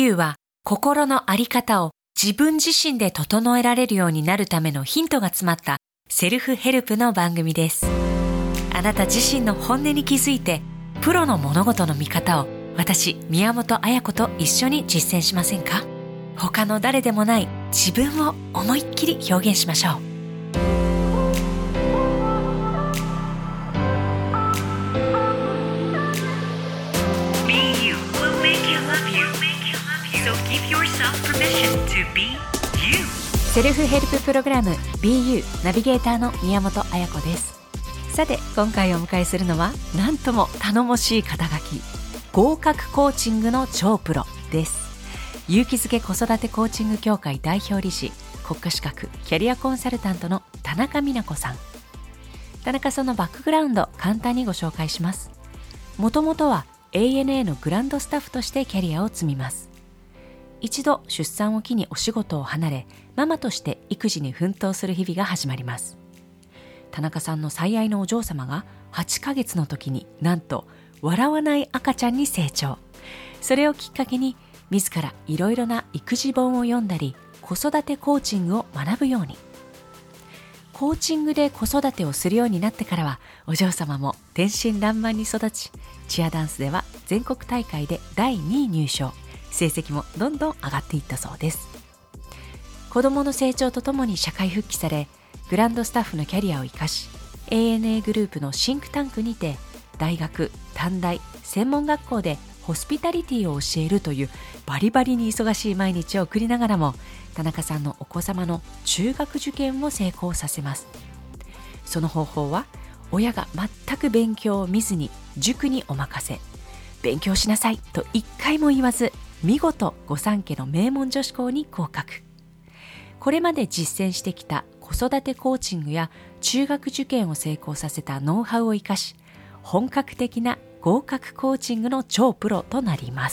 BU は心のあり方を自分自身で整えられるようになるためのヒントが詰まったセルフヘルプの番組です。あなた自身の本音に気づいて、プロの物事の見方を私、宮本彩子と一緒に実践しませんか？他の誰でもない自分を思いっきり表現しましょう。セルフヘルププログラム BU ナビゲーターの宮本彩子です。さて、今回お迎えするのはなんとも頼もしい肩書き、合格コーチングの超プロです。勇気づけ子育てコーチング協会代表理事、国家資格キャリアコンサルタントの田中美奈子さん。田中さんのバックグラウンド、簡単にご紹介します。もともとは ANA のグランドスタッフとしてキャリアを積みます。一度出産を機にお仕事を離れ、ママとして育児に奮闘する日々が始まります。田中さんの最愛のお嬢様が8ヶ月の時になんと笑わない赤ちゃんに成長。それをきっかけに自らいろいろな育児本を読んだり、子育てコーチングを学ぶように。コーチングで子育てをするようになってからは、お嬢様も天真爛漫に育ち、チアダンスでは全国大会で第2位入賞。成績もどんどん上がっていったそうです。子どもの成長とともに社会復帰され、グランドスタッフのキャリアを生かし、 ANA グループのシンクタンクにて大学、短大、専門学校でホスピタリティを教えるというバリバリに忙しい毎日を送りながらも、田中さんのお子様の中学受験を成功させます。その方法は、親が全く勉強を見ずに塾にお任せ、勉強しなさいと一回も言わず、見事御三家の名門女子校に合格。これまで実践してきた子育てコーチングや中学受験を成功させたノウハウを生かし、本格的な合格コーチングの超プロとなります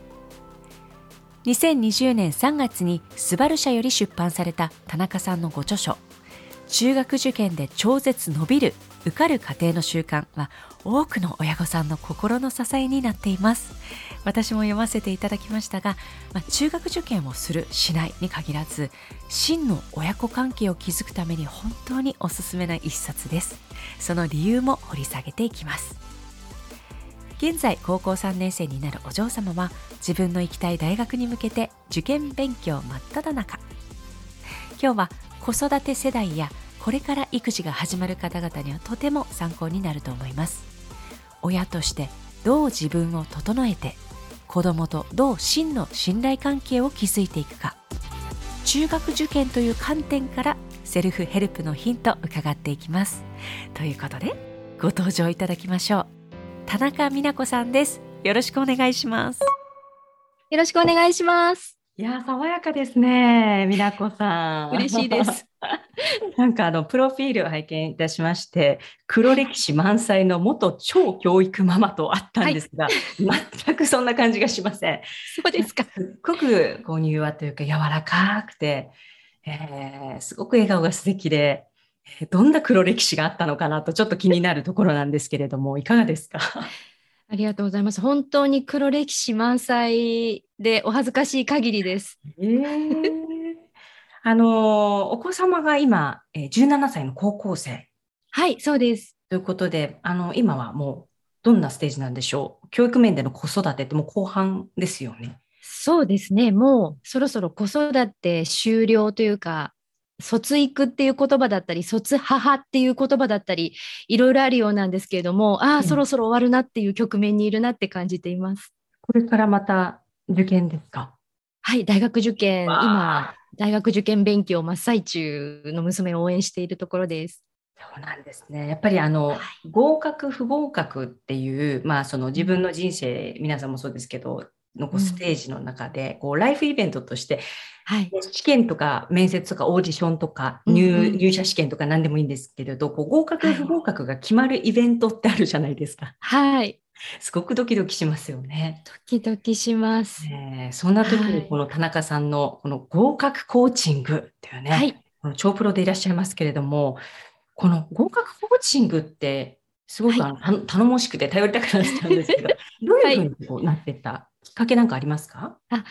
。2020年3月にスバル社より出版された田中さんのご著書、中学受験で超絶伸びる受かる家庭の習慣は、多くの親御さんの心の支えになっています。私も読ませていただきましたが、中学受験をするしないに限らず、真の親子関係を築くために本当におすすめな一冊です。その理由も掘り下げていきます。現在高校3年生になるお嬢様は、自分の行きたい大学に向けて受験勉強真っ只中。今日は子育て世代やこれから育児が始まる方々にはとても参考になると思います。親としてどう自分を整えて、子供とどう真の信頼関係を築いていくか、中学受験という観点からセルフヘルプのヒントを伺っていきます。ということで、ご登場いただきましょう。田中美奈子さんです。よろしくお願いします。 よろしくお願いします。 いや、爽やかですね、美奈子さん。 嬉しいです。 なんかプロフィールを拝見いたしまして、黒歴史満載の元超教育ママとあったんですが、全くそんな感じがしません。 そうですか。 すっごく柔和というか柔らかくて、すごく笑顔が素敵で、どんな黒歴史があったのかなとちょっと気になるところなんですけれども、いかがですか？ ありがとうございます。本当に黒歴史満載でお恥ずかしい限りです。 お子様が今、17歳の高校生。 はい、そうです。 ということで、今はもうどんなステージなんでしょう？教育面での子育てってもう後半ですよね。 そうですね。もうそろそろ子育て終了というか、卒育っていう言葉だったり、卒母っていう言葉だったり、いろいろあるようなんですけれども、そろそろ終わるなっていう局面にいるなって感じています。 これからまた受験ですか？ はい、大学受験、今、大学受験勉強真っ最中の娘を応援しているところです。 そうなんですね。やっぱり合格不合格っていう、その自分の人生、皆さんもそうですけど、のステージの中で、ライフイベントとして、試験とか面接とかオーディションとか入社試験とか何でもいいんですけれど、合格不合格が決まるイベントってあるじゃないですか。 はい。 すごくドキドキしますよね。 ドキドキします。 そんな時にこの田中さんのこの合格コーチングっていうね、この超プロでいらっしゃいますけれども、この合格コーチングってすごく頼もしくて頼りたくなっちゃうんですけど、どういうふうになっていったきっかけなんかありますか？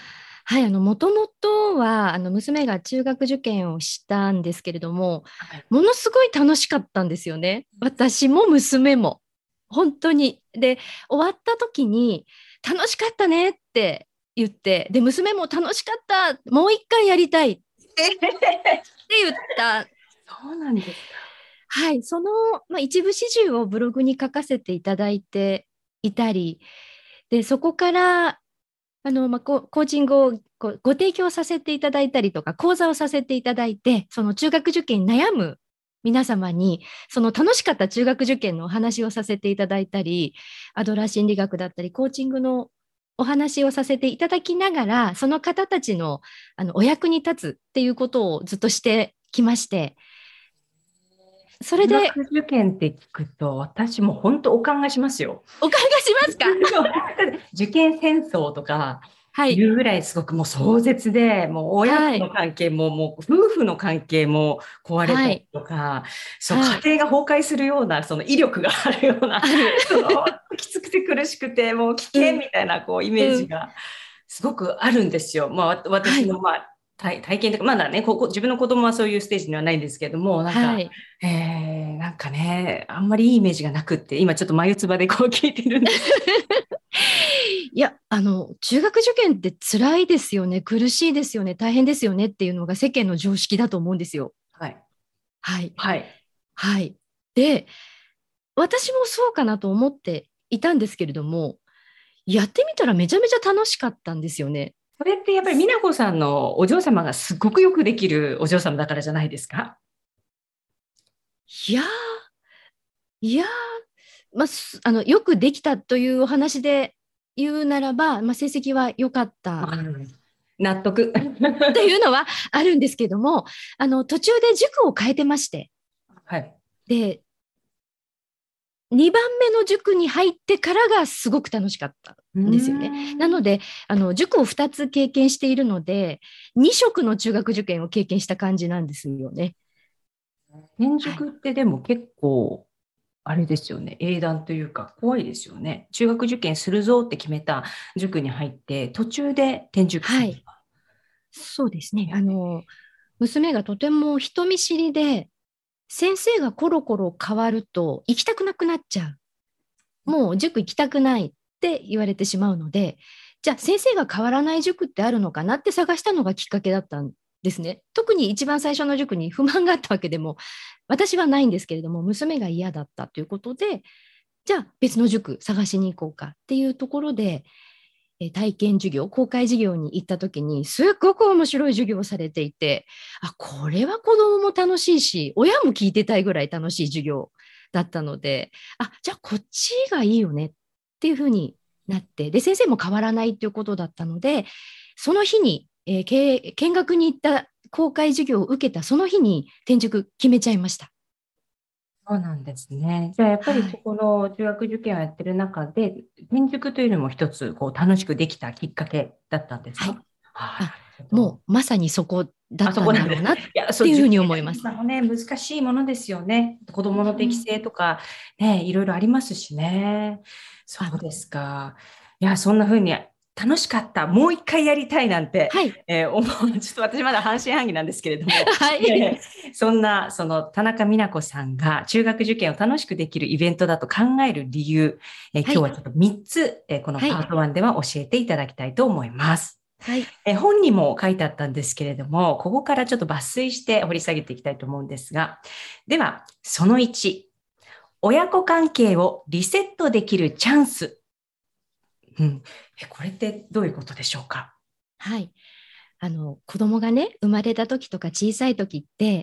はい、もともとは娘が中学受験をしたんですけれども、 はい。 ものすごい楽しかったんですよね。私も娘も。本当に。で、終わった時に、楽しかったねって言って、で、娘も楽しかった、もう一回やりたいって言った。 そうなんですか。 はい、その、一部始終をブログに書かせていただいていたり、で、そこから、コーチングをご提供させていただいたりとか、講座をさせていただいて、その中学受験に悩む皆様に、その楽しかった中学受験のお話をさせていただいたり、アドラー心理学だったり、コーチングのお話をさせていただきながら、その方たちの、お役に立つっていうことをずっとしてきまして、それ中で、 学受験って聞くと、私も本当お考えしますよ。 お考えしますか？ 受験戦争とかはい。 いうぐらいすごくもう壮絶で、もう親子のはい。 関係も、もう夫婦の関係も壊れたりはい。 とか、そう、 はい。 家庭が崩壊するような、その威力があるような、 ある。 その、きつくて苦しくて、もう危うん。 険みたいな、こう、イメーうん。 ジがすごくあるんですよ。まあ、 はい。 私の、まあ、体験とか、まだね、自分の子供はそういうステージにはないんですけども、なんか、 はい。 なんかね、あんまりいいイメージがなくって、今ちょっと眉唾でこう聞いてるんです。 いや、中学受験って辛いですよね、苦しいですよね、大変ですよねっていうのが世間の常識だと思うんですよ。 はい。 はい。 はい。 はい。で、私もそうかなと思っていたんですけれども、やってみたらめちゃめちゃ楽しかったんですよね。 それってやっぱり美奈子さんのお嬢様がすごくよくできるお嬢様だからじゃないですか？ いやー、いやー、よくできたというお話で言うならば、成績は良かった納得。 っていうのはあるんですけども、途中で塾を変えてまして、 はい。 で、2番目の塾に入ってからがすごく楽しかったうーんですよね。なん。 ので、塾を2つ経験しているので、2色の中学受験を経験した感じなんですよね。 転はい。 塾ってでも結構、あれですよね。英断というか、怖いですよね。中学受験するぞって決めた塾に入って、途中で転塾すはい。 る。 そうですね。 え娘がとても人見知りで、先生がコロコロ変わると行きたくなくなっちゃう。もう塾行きたくないって言われてしまうので、じゃあ先生が変わらない塾ってあるのかなって探したのがきっかけだったんですね。特に一番最初の塾に不満があったわけでも、私はないんですけれども、娘が嫌だったということで、じゃあ別の塾探しに行こうかっていうところで、体験授業、公開授業に行った時に、すっごく面白い授業をされていて、あ、これは子供も楽しいし、親も聞いてたいぐらい楽しい授業だったので、あ、じゃあこっちがいいよねっていうふうになって、で、先生も変わらないっていうことだったので、その日に、見学に行った公開授業を受けたその日に転塾決めちゃいました。 そうなんですね。じゃあ、やっぱりそはい。 この中学受験をやってる中で、転塾というのも一つ、こう、楽しくできたきっかけだったんですはい。 か？はあ、 い。ちょっと、 もうまさにそこだあったんそこなんです。 だろうなっいや、そう、 ていうふうに受験思います。 もね、難しいものですよね。子供の適うん。 性とか、ね、いろいろありますしね。 あの、 そうですか。いや、そんな風に楽しかった。もう一回やりたいなんて、 はい。 思う。ちょっと私まだ半信半疑なんですけれども、 はい。 そんな、その田中美奈子さんが中学受験を楽しくできるイベントだと考える理由、今はい。 日はちょっと3つ、このはい。 パート1では教えていただきたいと思います。 はい。 本にも書いてあったんですけれども、ここからちょっと抜粋して掘り下げていきたいと思うんですが、では、その1、親子関係をリセットできるチャンス。うん、これってどういうことでしょうか？ はい。子供がね、生まれた時とか小さい時って、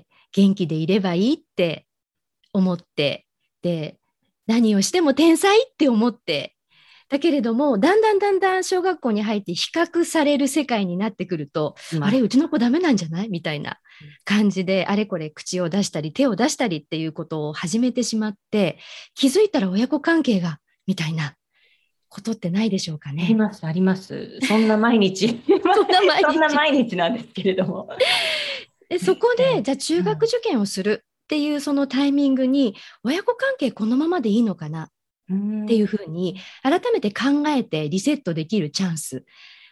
元気でいればいいって思って、で、何をしても天才って思って、だけれども、だんだん小学校に入って比較される世界になってくると、あれ、 います。 うちの子ダメなんじゃないみたいな感じで、あれこれ口を出したり、手を出したりっていうことを始めてしまって、気づいたら親子関係が、みたいなことってないでしょうかね。 あります、あります。そんな毎日、 そんな毎そんな日。 毎日なんですけれども。 で、そこで、じゃあうん、 中学受験をするっていうそのタイミングに、親子関係このままでいいのかなっうていうん、 ふうに、改めて考えてリセットできるチャンス。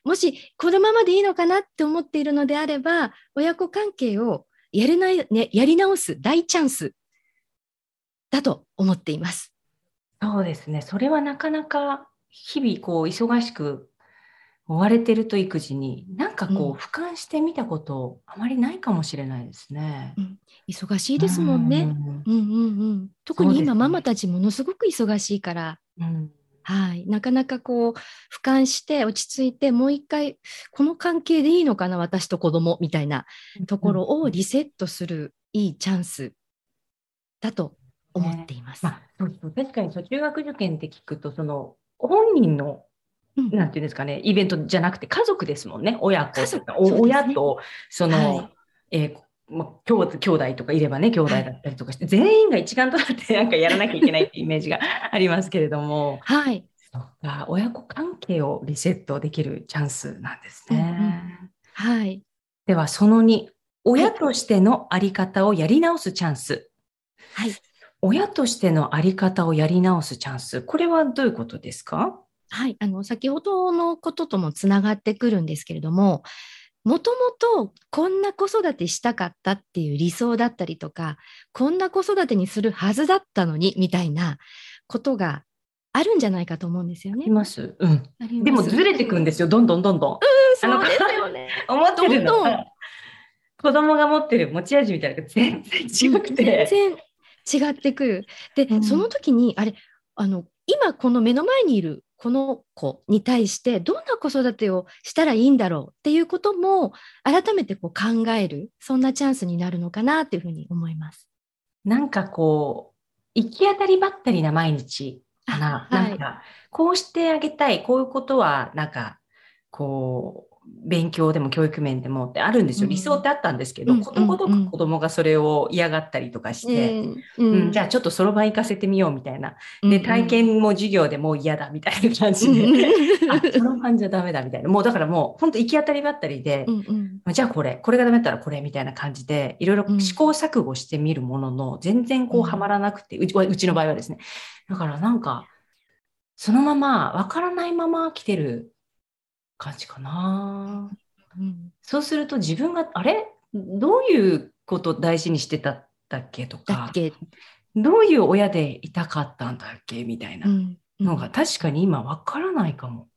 もしこのままでいいのかなって思っているのであれば、親子関係をやり直す大チャンスだと思っています。 そうですね。それはなかなか日々こう忙しく追われてると育児に、なんかこう俯瞰してみたことあまりないかもしれないですね。 忙しいですもんね。特に今、ママたちものすごく忙しいから、はい、なかなかこう俯瞰して落ち着いて、もう一回この関係でいいのかな、私と子供みたいなところをリセットするいいチャンスだと思っています。 そう確かに中学受験って聞くと、その本人のなんていうんですかね、イベントじゃなくて家族ですもんね。親と、親とその、兄弟とかいればね、兄弟だったりとかして、全員が一丸となってなんかやらなきゃいけないってイメージがありますけれども、 はい。 そうか、親子関係をリセットできるチャンスなんですね。 はい。 では、その2、親としてのあり方をやり直すチャンス。 はい。 親としてのあり方をやり直すチャンス。これはどういうことですか？ はい、先ほどのことともつながってくるんですけれども、もともとこんな子育てしたかったっていう理想だったりとか、こんな子育てにするはずだったのにみたいなことがあるんじゃないかと思うんですよね。 います。でもずれてくんですよ、どんどん。 そうですよね。 思ってるのが子供が持ってる持ち味みたいなのが全然違くて。 全然違ってくる。で、その時に今この目の前にいるこの子に対してどんな子育てをしたらいいんだろうっていうことも改めてこう考える、そんなチャンスになるのかなっていうふうに思います。 なんかこう行き当たりばったりな毎日かな。なんかこうしてあげたい、こういうことはなんかこう勉強でも教育面でもってあるんですよ。理想ってあったんですけど、ことごとく子供がそれを嫌がったりとかして、じゃあちょっとそろばん行かせてみようみたいな。で、体験も授業でもう嫌だみたいな感じで、そろばんじゃダメだみたいな。もうだからもう本当行き当たりばったりで、じゃあこれがダメだったらこれみたいな感じで、いろいろ試行錯誤してみるものの、全然こうはまらなくて、うちの場合はですね。だからなんか、そのまま、わからないまま来てる感じかな。そうすると自分が、あれどういうことを大事にしてたんだっけとか、どういう親でいたかったんだっけみたいなのが確かに今わからないかも。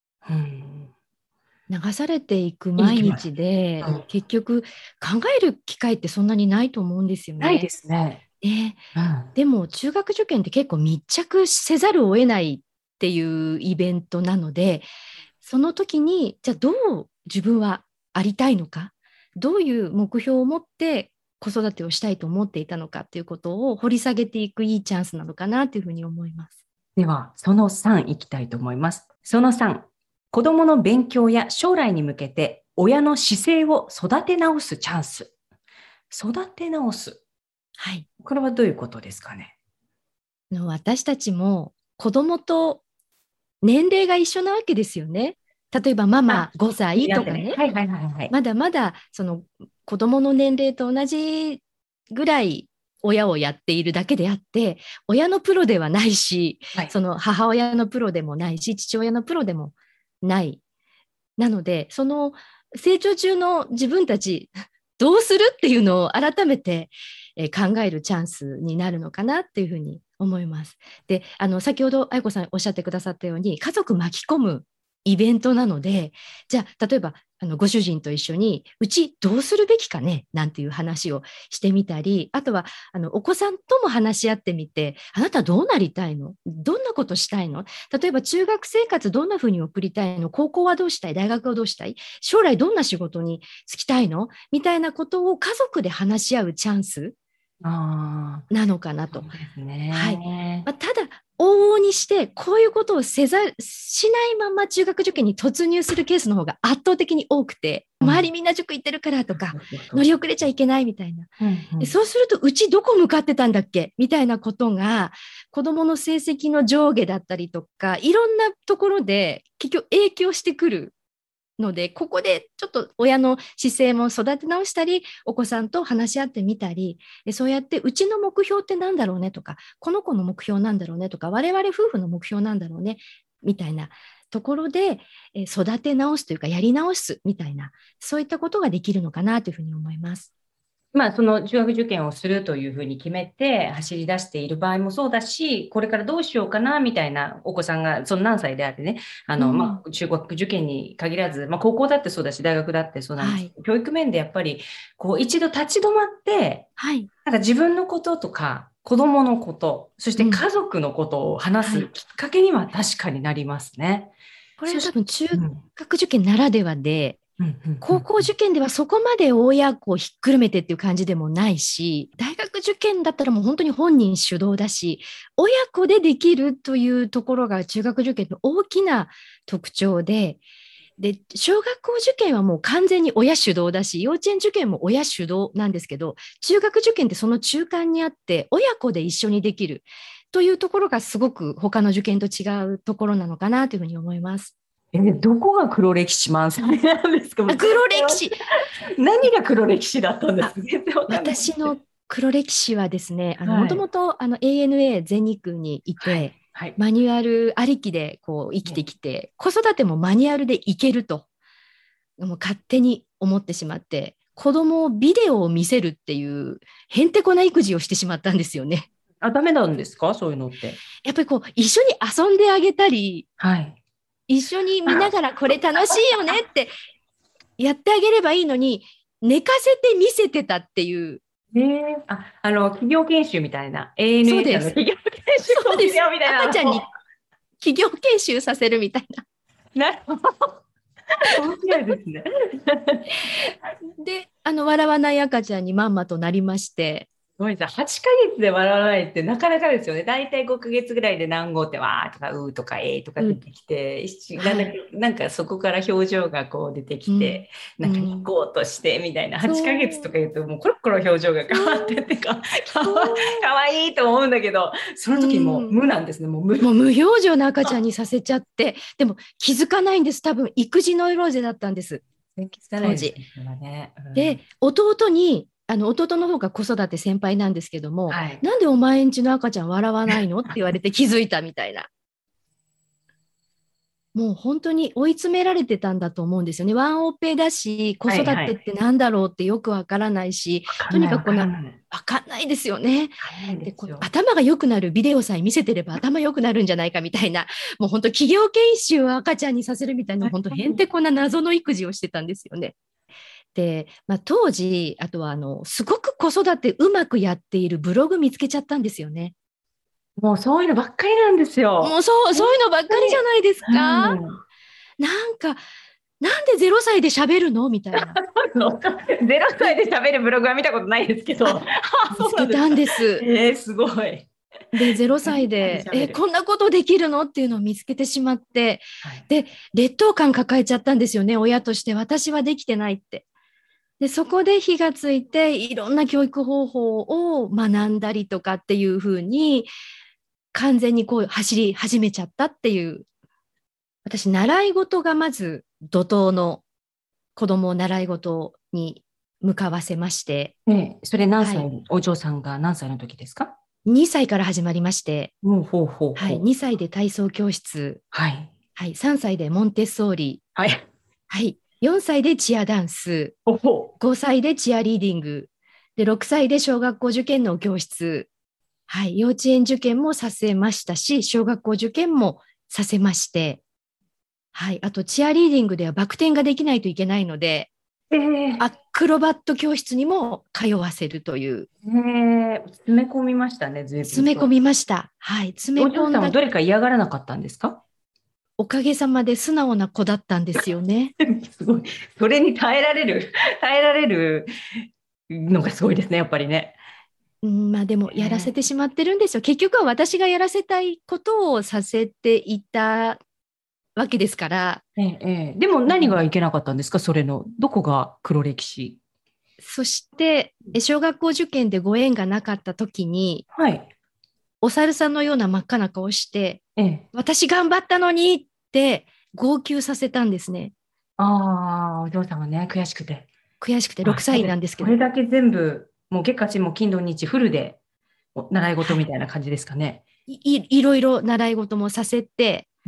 流されていく毎日で、結局考える機会ってそんなにないと思うんですよね。 ないですね。 でも中学受験って結構密着せざるを得ないっていうイベントなので、その時にじゃあどう自分はありたいのか、どういう目標を持って子育てをしたいと思っていたのかっていうことを掘り下げていくいいチャンスなのかなというふうに思います。 ではその3いきたいと思います。その3、子どもの勉強や将来に向けて親の姿勢を育て直すチャンス。育て直す。 はい。 これはどういうことですかね。 私たちも子どもと年齢が一緒なわけですよね。例えばママ5歳とかね。まだまだその子どもの年齢と同じぐらい親をやっているだけであって、親のプロではないし、その母親のプロでもないし、父親のプロでもない。なので、その成長中の自分たち、どうするっていうのを改めて考えるチャンスになるのかなっていうふうに思います。で、先ほど愛子さんおっしゃってくださったように、家族巻き込むイベントなので、じゃあ例えばご主人と一緒にうちどうするべきかねなんていう話をしてみたり、あとはお子さんとも話し合ってみて、あなたどうなりたいの、どんなことしたいの、例えば中学生活どんなふうに送りたいの、高校はどうしたい、大学はどうしたい、将来どんな仕事に就きたいのみたいなことを家族で話し合うチャンスなのかなと。ただ往々にしてこういうことをしないまま中学受験に突入するケースの方が圧倒的に多くて、周りみんな塾行ってるからとか、乗り遅れちゃいけないみたいな、そうするとうちどこ向かってたんだっけみたいなことが子どもの成績の上下だったりとか、いろんなところで結局影響してくるので、ここでちょっと親の姿勢も育て直したり、お子さんと話し合ってみたり、そうやってうちの目標ってなんだろうねとか、この子の目標なんだろうねとか、我々夫婦の目標なんだろうねみたいなところで、育て直すというかやり直すみたいな、そういったことができるのかなというふうに思います。 その中学受験をするというふうに決めて走り出している場合もそうだし、これからどうしようかなみたいなお子さんが、その何歳であってね、中学受験に限らず、高校だってそうだし、大学だってそうなんですけど、教育面でやっぱり、一度立ち止まって、なんか自分のこととか、子供のこと、そして家族のことを話すきっかけには確かになりますね。 これは多分中学受験ならではで、高校受験ではそこまで親子をひっくるめてっていう感じでもないし、大学受験だったらもう本当に本人主導だし、親子でできるというところが中学受験の大きな特徴で、小学校受験はもう完全に親主導だし、幼稚園受験も親主導なんですけど、中学受験ってその中間にあって、親子で一緒にできるというところがすごく他の受験と違うところなのかなというふうに思います。 どこが黒歴史満載なんですか？ 黒歴史何が黒歴史だったんですか？ 私の黒歴史はですね、もともとANA 全日空にいて、マニュアルありきでこう生きてきて、子育てもマニュアルでいけるともう勝手に思ってしまって、子供をビデオを見せるっていうへんてこな育児をしてしまったんですよね。 ダメなんですか？そういうのって。 やっぱり一緒に遊んであげたり、一緒に見ながらこれ楽しいよねってやってあげればいいのに、寝かせて見せてたっていう。 企業研修みたいな。 そうです。 企業研修みたいな。 赤ちゃんに企業研修させるみたいな。なるほど。面白いですね。 で、笑わない赤ちゃんにまんまとなりまして。 すごい8ヶ月で笑わないってなかなかですよね。だいたい5ヶ月ぐらいで何号ってわーとかうーとかえーとか出てきて、なんかそこから表情がこう出てきて、なんか行こうとしてみたいな、8ヶ月とか言うともうコロコロ表情が変わっててかわいいと思うんだけど、その時も無なんですね。もう無表情の赤ちゃんにさせちゃって、でも気づかないんです。多分育児ノイローゼだったんです。当時。で、弟の方が子育て先輩なんですけども、なんでお前んちの赤ちゃん笑わないのって言われて気づいたみたいな。もう本当に追い詰められてたんだと思うんですよね。ワンオペだし、子育てってなんだろうってよくわからないし、とにかくわかんないですよね。で頭が良くなるビデオさえ見せてれば頭良くなるんじゃないかみたいな、もう本当企業研修を赤ちゃんにさせるみたいな、本当へんてこな謎の育児をしてたんですよね。で、当時、あとはすごく子育てうまくやっているブログ見つけちゃったんですよね。 もうそういうのばっかりなんですよ。 もうそういうのばっかりじゃないですか。なんで0歳で喋るのみたいな。 0歳で喋るブログは見たことないですけど。 見つけたんです。 すごい。 で、0歳で、こんなことできるのっていうのを見つけてしまって、で、劣等感抱えちゃったんですよね、親として。私はできてないって。で、そこで火がついて、いろんな教育方法を学んだりとかっていうふうに、完全に走り始めちゃったっていう。私、習い事がまず怒涛の子供を習い事に向かわせまして。 それ何歳、お嬢さんが何歳の時ですか ？2歳から始まりまして。2歳で体操教室。3歳でモンテッソーリ。4歳でチアダンス。5歳でチアリーディング。で、6歳で小学校受験の教室。幼稚園受験もさせましたし、小学校受験もさせまして、あとチアリーディングではバク転ができないといけないので、アクロバット教室にも通わせるという。 詰め込みましたね、随分。 詰め込みました。詰め込んだ。 お嬢さんはどれか嫌がらなかったんですか？ おかげさまで素直な子だったんですよね。 すごい。それに耐えられるのがすごいですね、やっぱりね。 でもやらせてしまってるんですよ。結局は私がやらせたいことをさせていたわけですから。 でも何がいけなかったんですか？それのどこが黒歴史？ そして小学校受験でご縁がなかった時に、お猿さんのような真っ赤な顔して、私頑張ったのにって号泣させたんですね。 お嬢さんがね、悔しくて 6歳なんですけど。 これだけ全部もう月火水も金土日フルで習い事みたいな感じですかね。 いろいろ習い事もさせて、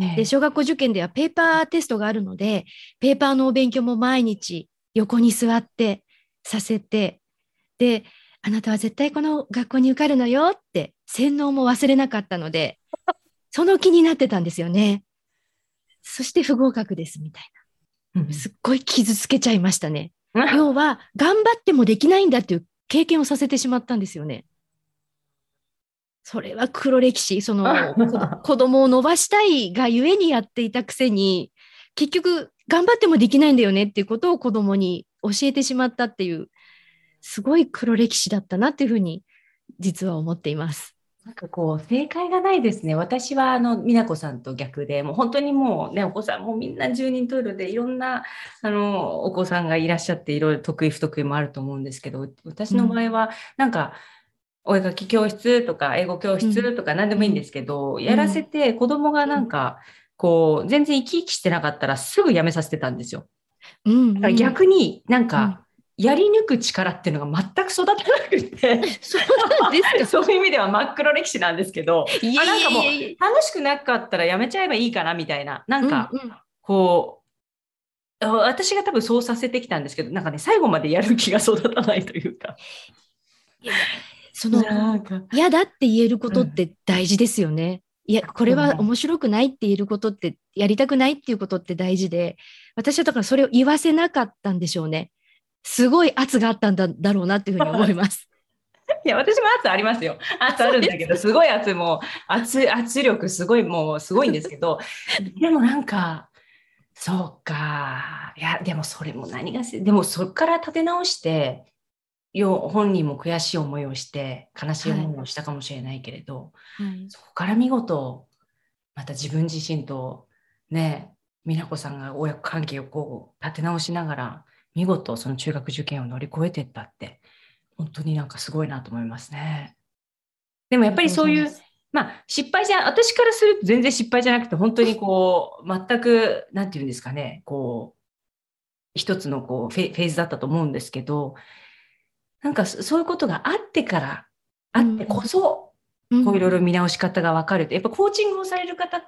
で、小学校受験ではペーパーテストがあるので、ペーパーのお勉強も毎日横に座ってさせて、で、あなたは絶対この学校に受かるのよって洗脳も忘れなかったので、その気になってたんですよね。そして不合格ですみたいな。すっごい傷つけちゃいましたね。要は頑張ってもできないんだっていう経験をさせてしまったんですよね。それは黒歴史。その子供を伸ばしたいがゆえにやっていたくせに、結局頑張ってもできないんだよねっていうことを子供に教えてしまったっていう、すごい黒歴史だったなっていうふうに実は思っています。 なんかこう正解がないですね。私は美奈子さんと逆で、もう本当にもうね、お子さんもみんな十人十色でいろんなお子さんがいらっしゃって、いろいろ得意不得意もあると思うんですけど、私の場合はなんかお絵描き教室とか英語教室とか何でもいいんですけど、やらせて子供がなんかこう全然生き生きしてなかったらすぐやめさせてたんですよ。だから逆になんか、やり抜く力っていうのが全く育たなくてそういう意味では真っ黒歴史なんですけど、なんかもう楽しくなかったらやめちゃえばいいかなみたいな、なんかこう、私が多分そうさせてきたんですけど、なんかね、最後までやる気が育たないというか。 その嫌だって言えることって大事ですよね。いや、これは面白くないって言えることって、やりたくないっていうことって大事で、私はだからそれを言わせなかったんでしょうね。すごい圧があったんだろうなっていうふうに思います。 いや、私も圧ありますよ。圧あるんだけど、すごい圧力すごい、もうすごいんですけど、でもなんか、そうか。いや、でもそれもでもそこから立て直して、本人も悔しい思いをして、悲しい思いをしたかもしれないけれど、そこから見事、また自分自身とね、美奈子さんが親子関係をこう立て直しながら、見事その中学受験を乗り越えていったって、本当になんかすごいなと思いますね。でもやっぱりそういう、私からすると全然失敗じゃなくて、本当にこう、全く、なんていうんですかね、こう、一つのこうフェーズだったと思うんですけど、なんかそういうことがあってこそ、こういろいろ見直し方が分かるって、やっぱコーチングをされる方って、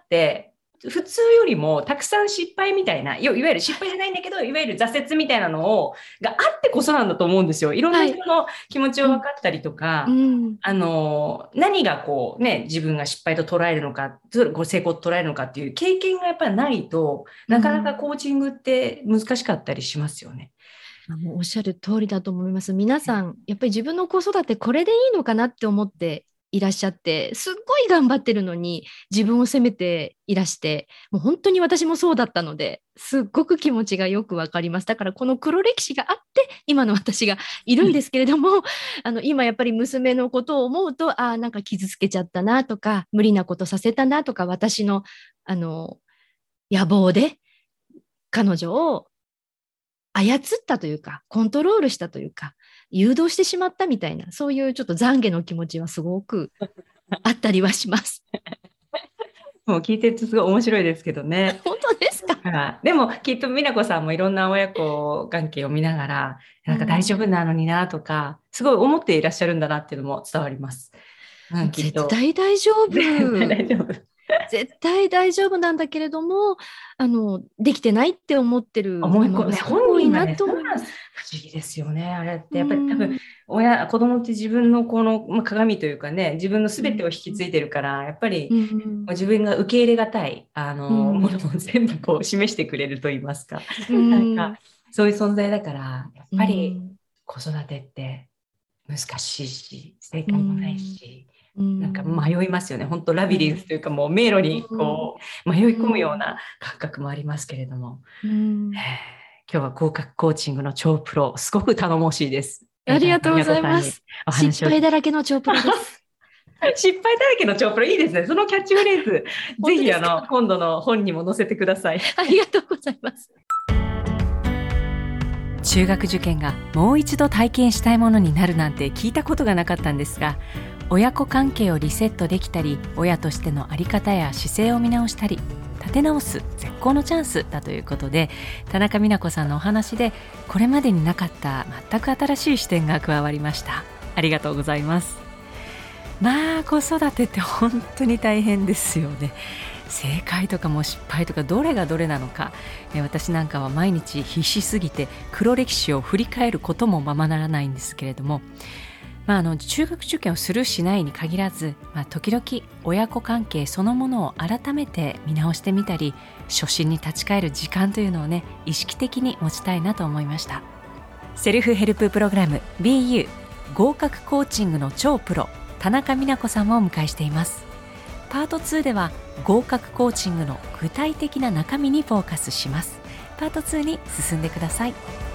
普通よりもたくさん失敗みたいな、いわゆる失敗じゃないんだけど、いわゆる挫折みたいなのがあってこそなんだと思うんですよ。いろんな人の気持ちを分かったりとか、何がこうね、自分が失敗と捉えるのか、成功と捉えるのかっていう経験がやっぱりないと、なかなかコーチングって難しかったりしますよね。 もうおっしゃる通りだと思います。皆さん、やっぱり自分の子育てこれでいいのかなって思っていらっしゃって、すっごい頑張ってるのに自分を責めていらして、もう本当に私もそうだったので、すっごく気持ちがよくわかります。だからこの黒歴史があって今の私がいるんですけれども、今やっぱり娘のことを思うと、なんか傷つけちゃったなとか、無理なことさせたなとか、私の野望で彼女を操ったというか、コントロールしたというか、誘導してしまったみたいな、そういうちょっと懺悔の気持ちはすごくあったりはします。 もう聞いてるとすごい面白いですけどね。 本当ですか？ でもきっと美奈子さんもいろんな親子関係を見ながら、なんか大丈夫なのになとか、すごい思っていらっしゃるんだなっていうのも伝わります。 絶対大丈夫。 大丈夫。 絶対大丈夫なんだけれども、できてないって思ってる本人がね、不思議ですよね。あれってやっぱり多分子供って自分のこの鏡というかね、自分の全てを引き継いでるから、やっぱり自分が受け入れがたいものを全部こう示してくれると言いますか、なんかそういう存在だから、やっぱり子育てって難しいし、正解もないし。なんか迷いますよね。本当ラビリンスというか、もう迷路にこう迷い込むような感覚もありますけれども、今日は合格コーチングの超プロ、すごく頼もしいです。 ありがとうございます。失敗だらけの超プロです。 失敗だらけの超プロ、いいですね。そのキャッチフレーズ、ぜひ今度の本にも載せてください。 ありがとうございます。 中学受験がもう一度体験したいものになるなんて聞いたことがなかったんですが、親子関係をリセットできたり、親としての在り方や姿勢を見直したり、立て直す絶好のチャンスだということで、田中美奈子さんのお話でこれまでになかった全く新しい視点が加わりました。ありがとうございます。子育てって本当に大変ですよね。 正解とかも失敗とかどれがどれなのか、私なんかは毎日必死すぎて黒歴史を振り返ることもままならないんですけれども、中学受験をするしないに限らず、時々親子関係そのものを改めて見直してみたり、初心に立ち返る時間というのをね、意識的に持ちたいなと思いました。セルフヘルププログラム BU 合格コーチングの超プロ田中美奈子さんをお迎えしています。パート2では合格コーチングの具体的な中身にフォーカスします。パート2に進んでください。